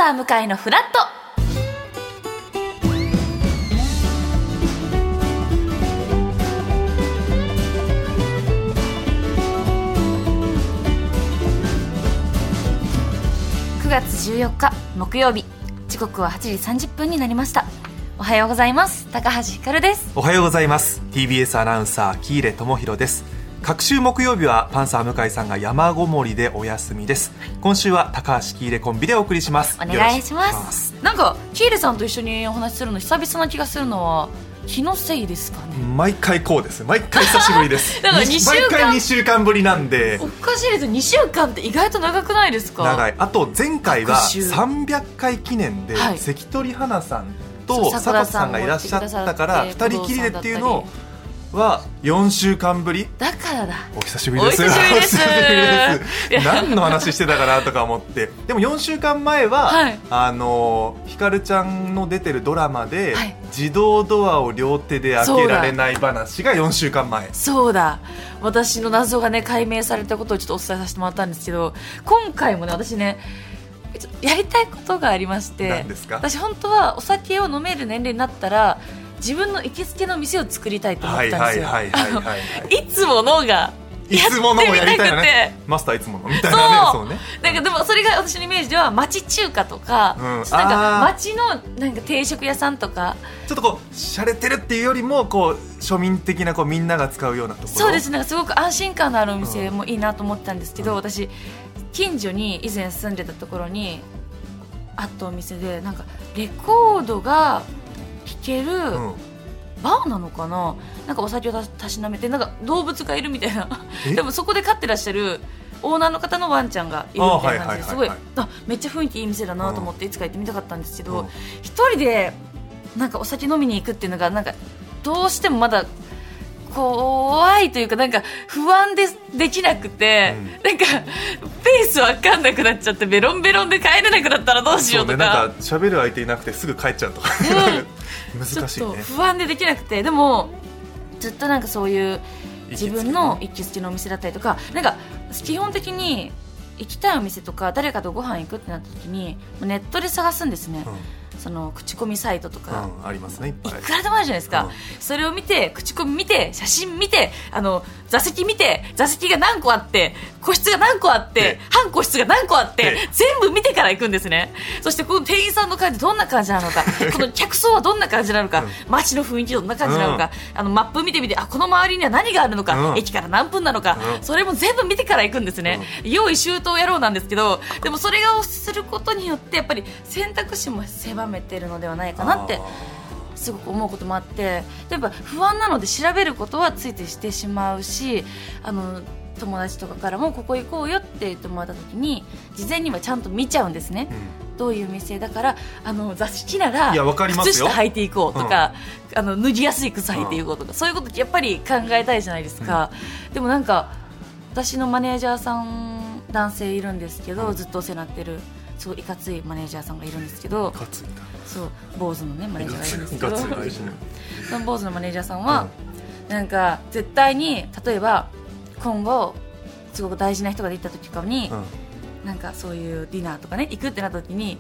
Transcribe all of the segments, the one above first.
サー向井のフラット。9月14日木曜日、時刻は8時30分になりました。おはようございます。高橋ひかるです。 おはようございます。 TBS アナウンサー喜入智弘です。各週木曜日はパンサー向井さんが山ごもりでお休みです。今週は高橋喜入コンビでお送りします。 お願いします。なんか喜入さんと一緒にお話しするの久々な気がするのは気のせいですかね。 毎回こうです。毎回久しぶりですだから2週間毎回2週間ぶりなんでおかしいです。2週間って意外と長くないですか。 長い。あと前回は各週 300回記念で、関取花さんと佐藤さんがいらっしゃったから2人きりでっていうのは4週間ぶりだからだ。 お久しぶりです。 お久しぶりです。 お久しぶりです。何の話してたかなとか思って。でも4週間前は、ひかるちゃんの出てるドラマで、自動ドアを両手で開けられない話が4週間前。 そうだ、私の謎がね解明されたことをちょっとお伝えさせてもらったんですけど、今回もね私ねやりたいことがありまして。 何ですか。 私本当はお酒を飲める年齢になったら自分の行きつけの店を作りたいと思ったんですよ。いつものがいつものもやりたいよね。マスターいつものみたいなね。そうね。 なんかでもそれが私のイメージでは町中華とか、なんか町のなんか定食屋さんとか、 ちょっとこう洒落てるっていうよりもこう庶民的なこうみんなが使うようなところ。 そうですね。すごく安心感のあるお店もいいなと思ったんですけど、私近所に以前住んでたところにあったお店で、なんかレコードが聴ける、バーなのかな、なんかお酒をたしなめて、なんか動物がいるみたいなでもそこで飼ってらっしゃるオーナーの方のワンちゃんがいるみたいな感じで、すごいめっちゃ雰囲気いい店だなと思っていつか行ってみたかったんですけど、一人でなんかお酒飲みに行くっていうのがなんかどうしてもまだ怖いというか、なんか不安できなくて、なんかペースわかんなくなっちゃって、ベロンベロンで帰れなくなったらどうしようとか、 なんか喋る相手いなくてすぐ帰っちゃうとか難しいね。 ちょっと不安でできなくて、でもずっとなんかそういう自分の行きつけのお店だったりとか、なんか基本的に行きたいお店とか誰かとご飯行くってなった時にネットで探すんですね。その口コミサイトとか、 ありますね、いっぱい。 いくらでもあるじゃないですか。それを見て、口コミ見て、写真見て、座席見て、座席が何個あって、個室が何個あって、半個室が何個あって、全部見てから行くんですね。そしてこの店員さんの感じどんな感じなのか、この客層はどんな感じなのか、街の雰囲気どんな感じなのか、マップ見てみて、この周りには何があるのか、駅から何分なのか、それも全部見てから行くんですね。用意周到野郎なんですけど、でもそれをすることによってやっぱり選択肢も狭めてるのではないかなってすごく思うこともあって、やっぱ不安なので調べることはついてしてしまうし、友達とかからもここ行こうよって言ってもらった時に事前にはちゃんと見ちゃうんですね。どういう店だから座敷なら靴下履いていこうとか、脱ぎやすい靴履いていこうとか、そういうことやっぱり考えたいじゃないですか。でもなんか私のマネージャーさん男性いるんですけど、ずっとお世話になってるすごいいかついマネージャーさんがいるんですけど、そう坊主のねマネージャーがいるんですけどその坊主のマネージャーさんは、なんか絶対に例えば今後すごく大事な人ができた時とかに、なんかそういうディナーとかね行くってなった時に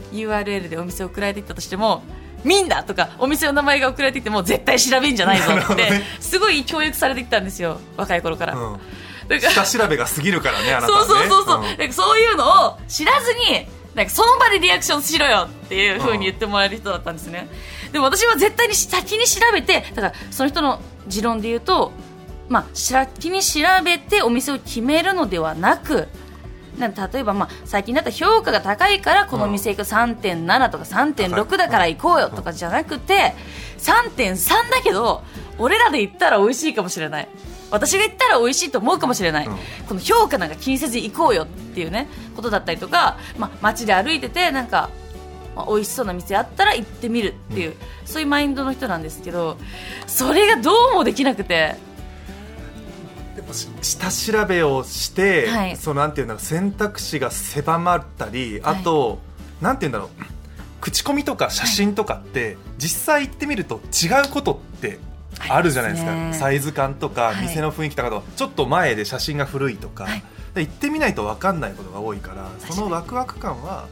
URL でお店を送られてきたとしても、ミンダとかお店の名前が送られてきても絶対調べんじゃないぞってすごい教育されてきたんですよ、若い頃から。 下調べが過ぎるからね、あなたはね。 なんかそういうのを知らずに、なんかその場でリアクションしろよっていう風に言ってもらえる人だったんですね。でも私は絶対に先に調べて、だからその人の持論で言うと、先に調べてお店を決めるのではなく、例えば最近だったら評価が高いからこの店行く 3.7 とか 3.6 だから行こうよとかじゃなくて、3.3 だけど俺らで行ったら美味しいかもしれない、私が行ったら美味しいと思うかもしれない、この評価なんか気にせず行こうよっていうねことだったりとか、街で歩いててなんか、美味しそうな店あったら行ってみるっていう、そういうマインドの人なんですけど、それがどうもできなくて。 でも下調べをして、なんていうんだろう、選択肢が狭まったり、あと、なんていうんだろう、口コミとか写真とかって、実際行ってみると違うことってあるじゃないですか。サイズ感とか店の雰囲気とかとちょっと前で写真が古いとか、で行ってみないと分かんないことが多いから、そのワクワク感は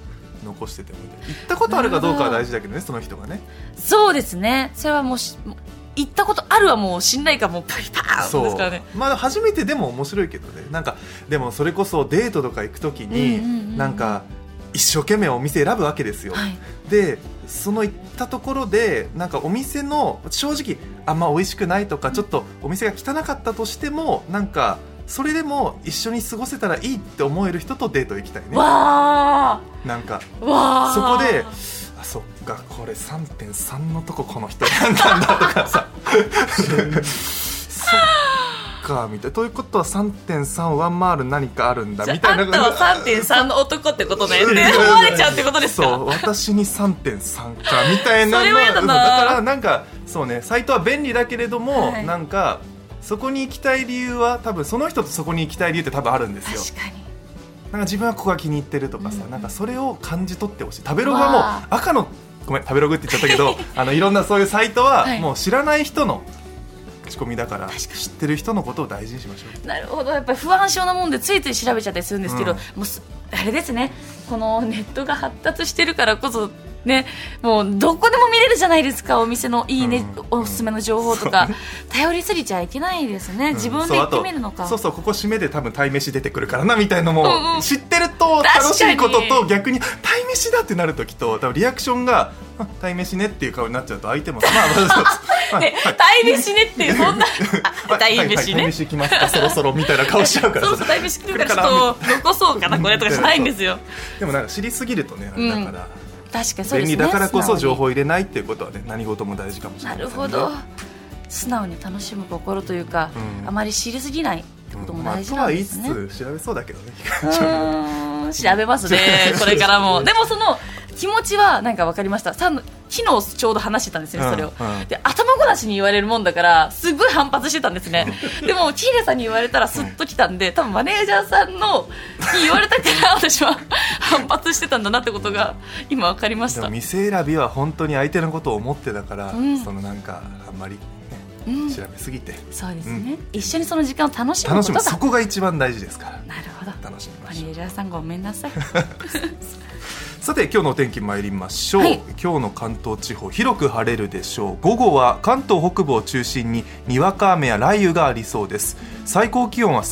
残してても行ったことあるかどうかは大事だけどね、その人がね。 そうですね、それはもう行ったことあるはもう信頼感もパリパーンですからね。 まあ初めてでも面白いけどね。なんかでもそれこそデートとか行くときに、なんか一生懸命お店選ぶわけですよ、はい、でその行ったところでなんかお店の正直あんま美味しくないとか、ちょっとお店が汚かったとしても、なんかそれでも一緒に過ごせたらいいって思える人とデート行きたいね。 わー、 なんかわー、 そこでそっかこれ 3.3 のとここの人選んだんだとかさそっかみたいな、ということは 3.3 上回る何かあるんだみたいな。 あんたは 3.3 の男ってことねって思われちゃうってことですか。 そう、私に 3.3 かみたいな。 それは嫌だな。 だからなんかそうね、サイトは便利だけれども、はい、なんかそこに行きたい理由は多分その人とそこに行きたい理由って多分あるんですよ。 確かに。 なんか自分はここが気に入ってるとかさ、なんかそれを感じ取ってほしい。食べログはもう赤のごめん食べログって言っちゃったけどいろんなそういうサイトはもう知らない人の口コミだから、知ってる人のことを大事にしましょう。 なるほど、やっぱり不安症なもんでついつい調べちゃったりするんですけど、もうあれですね、このネットが発達してるからこそね、もうどこでも見れるじゃないですか、お店のいいね、おすすめの情報とか、頼りすぎちゃいけないですね。自分で行ってみるのか。 そうここ締めで多分鯛めし出てくるからなみたいのも、知ってると楽しいことと、逆に鯛めしだってなるときと多分リアクションが鯛めしねっていう顔になっちゃうと相手も鯛めしねっていうそんな鯛めしね、 鯛めし来ますかそろそろみたいな顔しちゃうからそう鯛めし来るからちょっと残そうかなこれとかしないんですよ。 でもなんか知りすぎるとね、あれだから、 確かにそうですね、 便利だからこそ情報を入れないっていうことはね、何事も大事かもしれないですね。 なるほど、素直に楽しむ心というか、あまり知りすぎないってことも大事なんですね。 とは言いつつ調べそうだけどね。 調べますねこれからも。でもその気持ちはなんか分かりました。昨日ちょうど話してたんですよね、それを、で頭ごなしに言われるもんだからすごい反発してたんですねでもキーレさんに言われたらスッときたんで、多分マネージャーさんのに言われたから私は反発してたんだなってことが今分かりました。 でも店選びは本当に相手のことを思ってだから、そのなんかあんまり調べすぎて、 そうですね、一緒にその時間を楽しむことが、 そこが一番大事ですから。 なるほど、 楽しみましょう。 マネージャーさんごめんなさいさて今日のお天気参りましょう、今日の関東地方広く晴れるでしょう。午後は関東北部を中心ににわか雨や雷雨がありそうです。最高気温は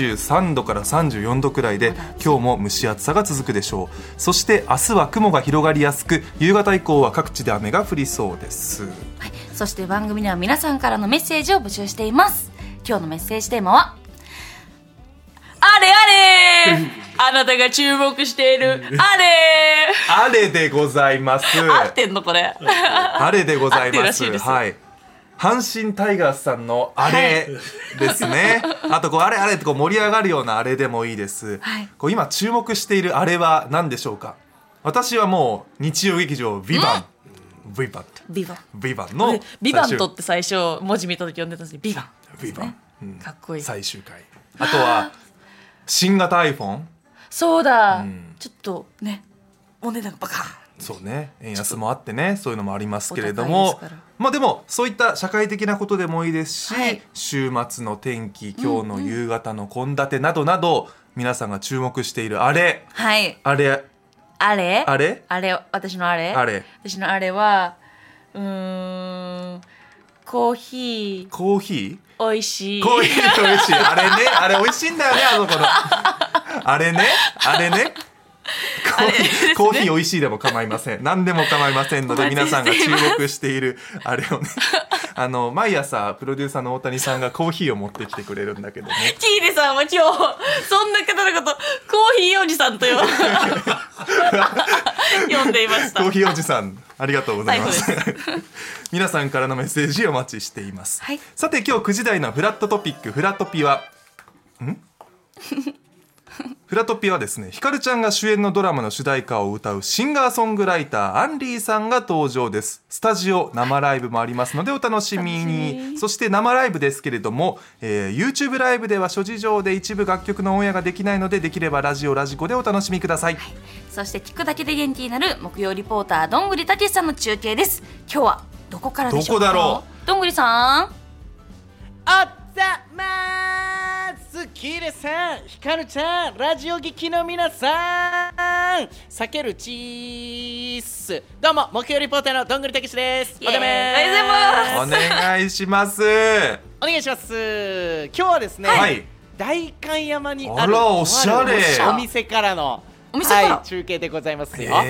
33度から34度くらいで、今日も蒸し暑さが続くでしょう。そして明日は雲が広がりやすく、夕方以降は各地で雨が降りそうです、 そして番組では皆さんからのメッセージを募集しています。今日のメッセージテーマはあれあれあなたが注目しているあれあれでございます。 合ってんのこれあれでございます。 はい、 阪神タイガースさんのあれですね、あとこうあれあれってこう盛り上がるようなあれでもいいです、こう今注目しているあれは何でしょうか。私はもう日曜劇場ビバンビバンのビバントって最初文字見た時読んでたんですけど、ビバン、かっこいい最終回。あとは新型 iPhone、 そうだ、ちょっとねお値段がバカン、 そうね、円安もあってね、そういうのもありますけれども、まあでもそういった社会的なことでもいいですし、週末の天気、今日の夕方の献立などなど、皆さんが注目しているあれ、 私のあれはコーヒーおいしいあれね、あれ美味しいんだよね、あの子のあれねコーヒー美味しいでも構いません、何でも構いませんので、皆さんが注目しているあれをね毎朝プロデューサーの大谷さんがコーヒーを持ってきてくれるんだけどね、 キーレさんは今日そんな方のことコーヒーおじさんと呼んでいました。 コーヒーおじさんありがとうございます皆さんからのメッセージお待ちしています、さて今日9時台のフラットトピック、フラトピはフラトピはですね、ひかるちゃんが主演のドラマの主題歌を歌うシンガーソングライターアンリーさんが登場です。スタジオ生ライブもありますのでお楽しみに。そして生ライブですけれども、YouTube ライブでは諸事情で一部楽曲のオンエアができないので、できればラジコでお楽しみください、 そして聞くだけで元気になる木曜リポーターどんぐりたけしさんの中継です。今日はどこからでしょうか。 どこだろう、どんぐりさん。 キーレさん、ひかるちゃん、ラジオ劇の皆ささん避けるチース。どうも目標リポーターのどんぐりたけしです。 おはようございます。 お願いします。 お願いします。今日はですね、 はい、 代官山にあるおしゃれお店からの中継でございますよ。はい、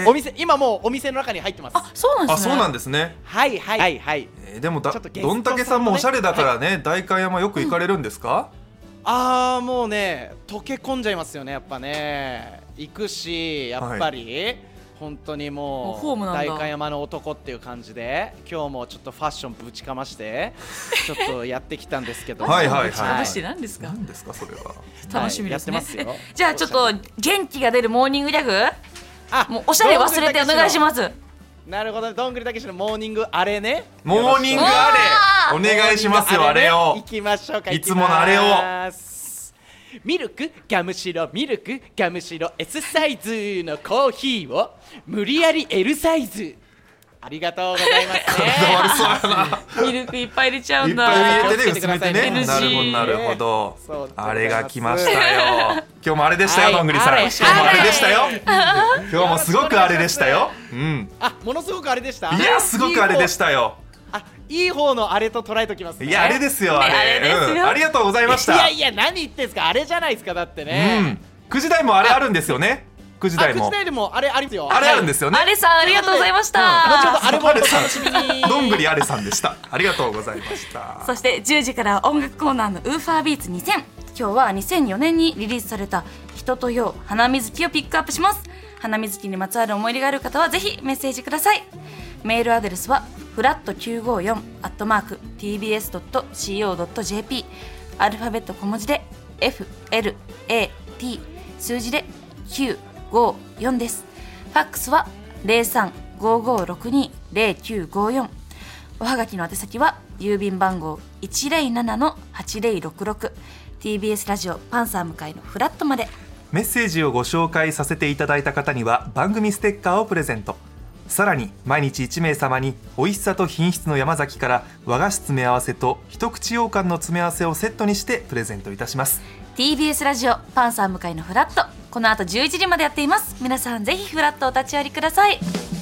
お店今もうお店の中に入ってます。 あ、そうなんですね。 そうなんですね。 はいはいはい。 でもどんたけさんもおしゃれだからね、代官山よく行かれるんですか？ もうね溶け込んじゃいますよね、やっぱね。行くしやっぱり、本当にもう代官山の男っていう感じで、今日もちょっとファッションぶちかましてちょっとやってきたんですけどはいはいはい。 ぶちかまして何ですか？ 何ですかそれは。 楽しみですね。 やってますよ。 じゃあちょっと元気が出るモーニングギャグ、もうおしゃれ忘れてお願いします。 なるほど、どんぐりたけしのモーニングあれね。 モーニングあれお願いしますよ。あれを行きましょうか。 いつものあれを。 ミルクガムシロミルクガムシロ S サイズのコーヒーを無理やり L サイズ。ありがとうございますね。 悪そうやな。 ミルクいっぱい入れちゃうんだ。 いっぱい入れてね、薄めてね。なるほど。あれが来ましたよ。今日もあれでしたよ、どんぐりさん。今日もあれでしたよ。今日もすごくあれでしたよ。 ものすごくあれでした。 いや、すごくあれでしたよ。 いい方のあれと捉えときますね。 いや、あれですよ、あれ。ありがとうございました。 いやいや、何言ってんすか、あれじゃないですか、だってね。 9時台もあれあるんですよね。9時台も。 9時台でもあれありますよ。 あれあるんですよね。 あれさん、ありがとうございました。 後ほどあれも楽しみに。 どんぐりあれさんでした。ありがとうございました。 そして10時から音楽コーナーのウーファービーツ2000。今日は2004年にリリースされた人とよう花水木をピックアップします。花水木にまつわる思い出がある方はぜひメッセージください。メールアドレスはflat954@tbs.co.jp、 アルファベット小文字で FLAT 数字で954です。ファックスは 0355620954。 おはがきの宛先は郵便番号 107-8066、 TBS ラジオパンサー向井のフラットまで。 メッセージをご紹介させていただいた方には番組ステッカーをプレゼント。さらに毎日1名様に美味しさと品質の山崎から和菓子詰め合わせと一口羊羹の詰め合わせをセットにしてプレゼントいたします。 TBS ラジオパンサー向井のフラット、この後11時までやっています。皆さんぜひフラットお立ち寄りください。